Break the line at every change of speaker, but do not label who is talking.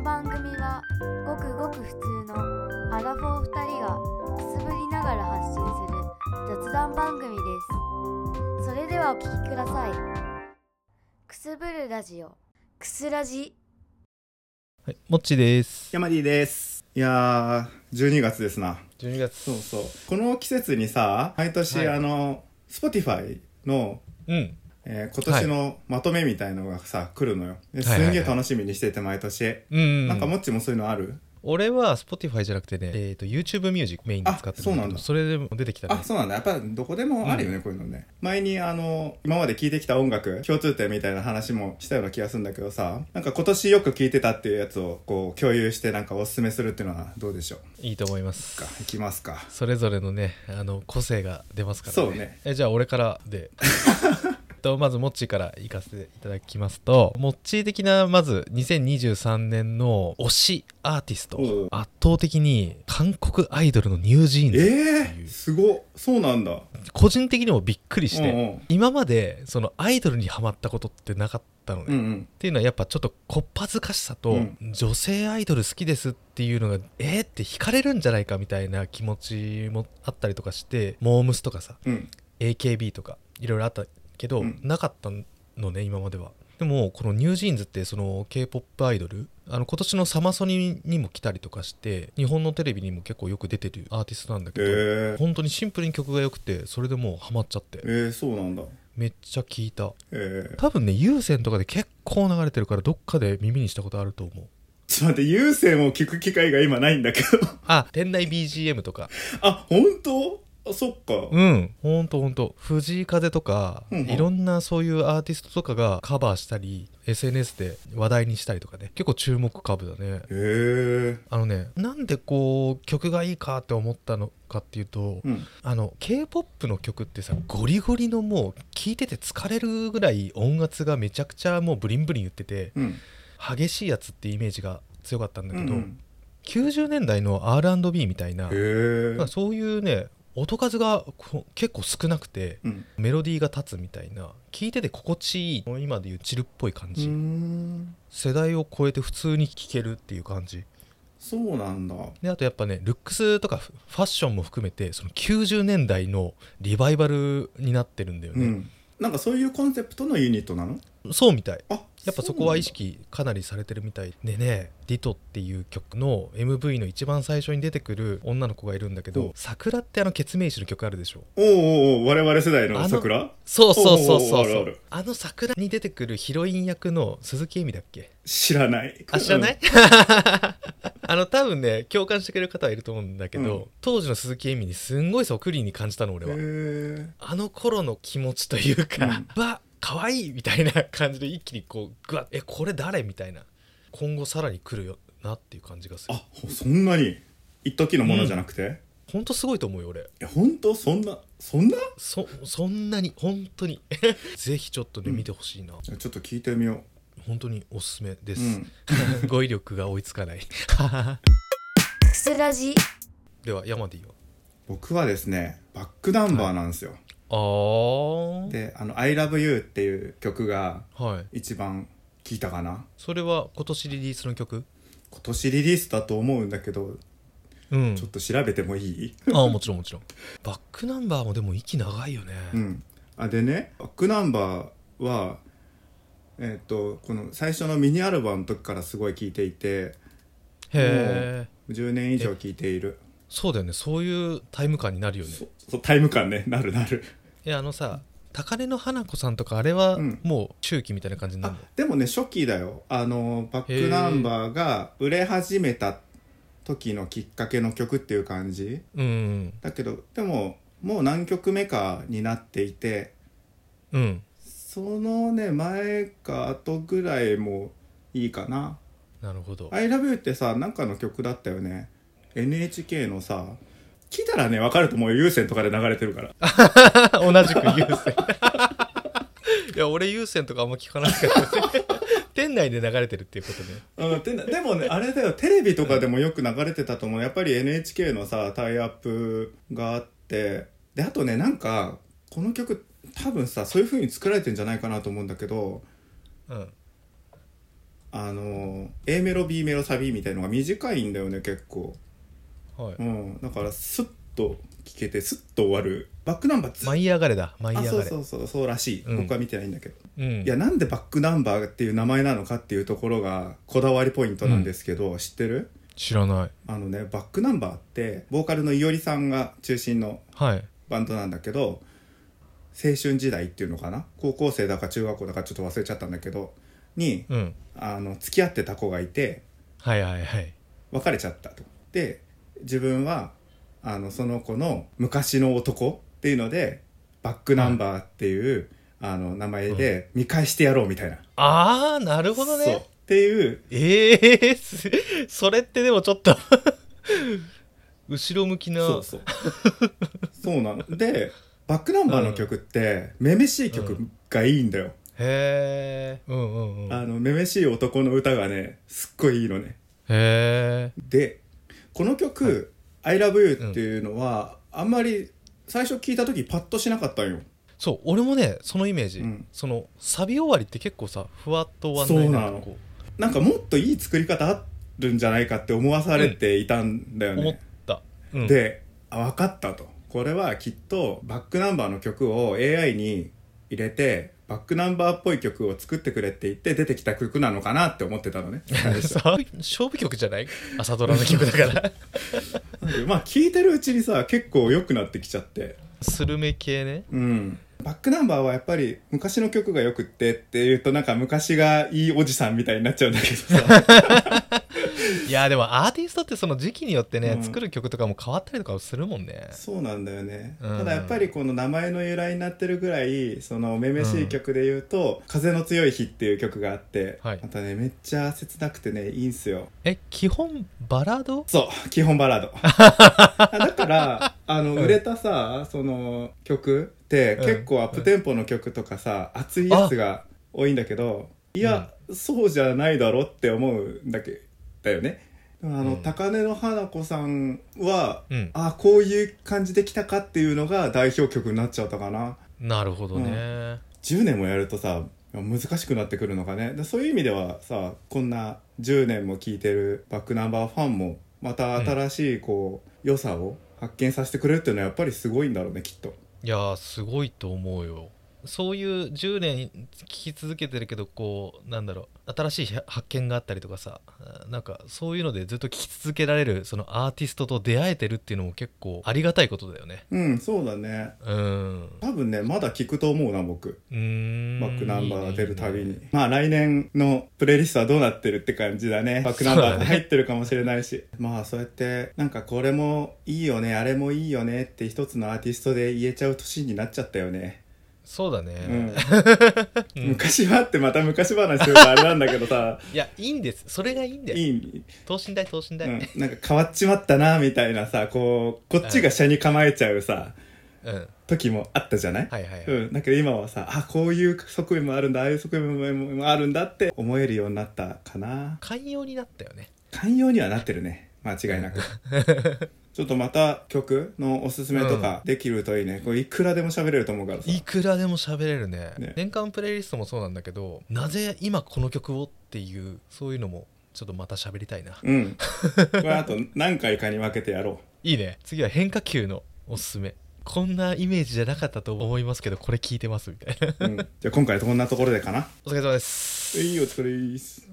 番組はごくごく普通のアラフォー2人がくすぶりながら発信する雑談番組です。それではお聞きください。くすぶるラジオ、くすラジ。
はい、もっちです。
ヤマディです。いやー、12月ですな。
12月。
そうそう。この季節にさ、毎年、
はい、
Spotify の、今年のまとめみたいのがさ、来るのよ。すんげえ楽しみにしてて、毎年。なんかもっちもそういうのある？
俺は Spotify じゃなくてね、YouTube ミュージックメインで使ってるんだけど、
そうなんだ。
それでも出てきたね。
あ、そうなんだ。やっぱどこでもあるよね、こういうのね。前に今まで聴いてきた音楽、共通点みたいな話もしたような気がするんだけどさ、なんか今年よく聴いてたっていうやつをこう共有してなんかおすすめするっていうのはどうでしょう？
いいと思います。
いきますか。
それぞれのね、個性が出ますからね。
そうね。
じゃあ俺からで。まずモッチーから行かせていただきますと、モッチー的なまず2023年の推しアーティスト、圧倒的に韓国アイドルのニュージーンズっていう、
すごっ。そうなんだ。
個人的にもびっくりして、今までそのアイドルにハマったことってなかったのね、っていうのはやっぱちょっとこっぱずかしさと、女性アイドル好きですっていうのがって惹かれるんじゃないかみたいな気持ちもあったりとかして、モームスとかさ、AKB とかいろいろあったけど、なかったのね今までは。でもこのニュージーンズってその K-POP アイドル、今年のサマソニにも来たりとかして日本のテレビにも結構よく出てるアーティストなんだけど、本当にシンプルに曲が良くて、それでもうハマっちゃって、
そうなんだ。
めっちゃ聴いた。多分ね有線とかで結構流れてるからどっかで耳にしたことあると思う。
ちょっと待って、有線を聞く機会が今ないんだけど
店内 BGM とか。
本当？そっか。
ほんと藤井風とか、いろんなそういうアーティストとかがカバーしたり SNS で話題にしたりとかね、結構注目株だね。なんでこう曲がいいかって思ったのかっていうと、K-POP の曲ってさ、ゴリゴリのもう聴いてて疲れるぐらい音圧がめちゃくちゃもうブリンブリン言ってて、激しいやつってイメージが強かったんだけど、90年代の R&B みたいな、そういうね音数が結構少なくて、メロディーが立つみたいな、聴いてて心地いい、今でいうチルっぽい感じ、世代を超えて普通に聴けるっていう感じ。
そうなんだ。
であとやっぱね、ルックスとかファッションも含めてその90年代のリバイバルになってるんだよね、
なんかそういうコンセプトのユニットなの？
そうみたい。やっぱそこは意識かなりされてるみたいでね。ディトっていう曲の MV の一番最初に出てくる女の子がいるんだけど、桜ってケツメイシの曲あるでしょ。
我々世代の桜？
そうあの桜に出てくるヒロイン役の鈴木恵美だっけ？
知らない。
知らない？多分ね共感してくれる方はいると思うんだけど、当時の鈴木恵美にすんごいそっくりに感じたの俺は。あの頃の気持ちというか、可愛いみたいな感じで一気にこうグワッ、これ誰みたいな、今後さらに来るよなっていう感じがする。
そんなに一時のものじゃなくて、
ほんとすごいと思うよ俺。
本当そんな
そんなに本当にぜひちょっとね見てほしいな。
ちょっと聞いてみよう。
本当におすすめです、語彙力が追いつかない
くすラジ。
ではヤマディは？
僕はですね、バックナンバーなんですよ、でI love you っていう曲が一番聴いたかな、
それは今年リリースの曲？
今年リリースだと思うんだけど、ちょっと調べてもいい？
もちろんバックナンバーもでも息長いよね。
でね、バックナンバーはこの最初のミニアルバムの時からすごい聴いていて、もう10年以上聴いている。
そうだよね、そういうタイム感になるよね。
そうタイム感ね、なる
さ、高根の花子さんとかあれはもう中期みたいな感じになるの？
でもね初期だよ。バックナンバーが売れ始めた時のきっかけの曲っていう感じ、だけどでももう何曲目かになっていて、そのね前か後ぐらいもいいかな。
なるほど。
I love you ってさ、なんかの曲だったよね。 NHK のさ、聞いたらね分かると思うよ、有線とかで流れてるから
同じく有線いや俺有線とかあんま聞かないけど店内で流れてるっていうこと
ね。でもねあれだよ、テレビとかでもよく流れてたと思う。やっぱり NHK のさタイアップがあって、であとね、なんかこの曲多分さそういう風に作られてんじゃないかなと思うんだけど、 A メロ B メロサビみたいのが短いんだよね結構、
はい、
だからスッと聴けてスッと終わるバックナンバー
舞い上がれだ舞い上がれ。
そうらしい、僕は見てないんだけど、
い
やなんでバックナンバーっていう名前なのかっていうところがこだわりポイントなんですけど、知ってる？
知らない。
バックナンバーってボーカルのいおりさんが中心のバンドなんだけど、青春時代っていうのかな、高校生だか中学校だかちょっと忘れちゃったんだけどに、付き合ってた子がいて、別れちゃったと。で自分はその子の昔の男っていうのでバックナンバーっていう、名前で見返してやろうみたいな、
ああなるほどね。
そうっていう、
それってでもちょっと後ろ向きな。
そうなのでバックナンバーの曲ってめめしい曲がいいんだよ、
へえ。
めめしい男の歌がねすっごいいいのね。
へえ。
でこの曲、I love you っていうのは、あんまり最初聞いた時パッとしなかったんよ。
そう俺もねそのイメージ、そのサビ終わりって結構さふわっと終わんないな。
なんかもっといい作り方あるんじゃないかって思わされていたんだよね、
思った、
で分かったと、これはきっとバックナンバーの曲を AI に入れてバックナンバーっぽい曲を作ってくれって言って出てきた曲なのかなって思ってたのね
勝負曲じゃない？朝ドラの曲だから
まあ聴いてるうちにさ結構良くなってきちゃって、
スルメ系ね。
バックナンバーはやっぱり昔の曲がよくっていうとなんか昔がいいおじさんみたいになっちゃうんだけどさ
いやでもアーティストってその時期によってね、作る曲とかも変わったりとかするもんね。
そうなんだよね、ただやっぱりこの名前の由来になってるぐらいそのめめしい曲で言うと、風の強い日っていう曲があって、またねめっちゃ切なくてねいいんすよ。
基本バラード？
そう基本バラードだから売れたさその曲って結構アップテンポの曲とかさ、熱いやつが多いんだけど、いや、そうじゃないだろって思うんだよね。高根の花子さんは、こういう感じできたかっていうのが代表曲になっちゃったかな。
なるほどね、
10年もやるとさ難しくなってくるのかね。そういう意味ではさこんな10年も聴いてるバックナンバーファンもまた新しいこう、良さを発見させてくれるっていうのはやっぱりすごいんだろうねきっと。
いやすごいと思うよ。そういう10年聴き続けてるけどこうなんだろう新しい発見があったりとかさ、なんかそういうのでずっと聴き続けられるそのアーティストと出会えてるっていうのも結構ありがたいことだよね。
そうだね。多分ねまだ聴くと思うな僕。バックナンバー出るたびにまあ来年のプレイリストはどうなってるって感じだね。バックナンバーが入ってるかもしれないし、まあそうやってなんかこれもいいよねあれもいいよねって一つのアーティストで言えちゃう年になっちゃったよね。
そうだね、
昔はってまた昔話するとあれなんだけどさ
いやいいんです、それがいいんだよ。等身大、
なんか変わっちまったなみたいなさこっちが車に構えちゃうさ、時もあったじゃない。だけど今はさこういう側面もあるんだああいう側面もあるんだって思えるようになったかな。
寛容になったよね。
寛容にはなってるね間違いなくちょっとまた曲のおすすめとかできるといいね、これいくらでも喋れると思うからさ。
いくらでも喋れる ね。年間プレイリストもそうなんだけどなぜ今この曲をっていうそういうのもちょっとまた喋りたいな。こ
れあと何回かに分けてやろ
ういいね。次は変化球のおすすめ。こんなイメージじゃなかったと思いますけどこれ聞いてますみたいな、
じゃあ今回こんなところでかな。
お疲れ様です。
いいお疲れです。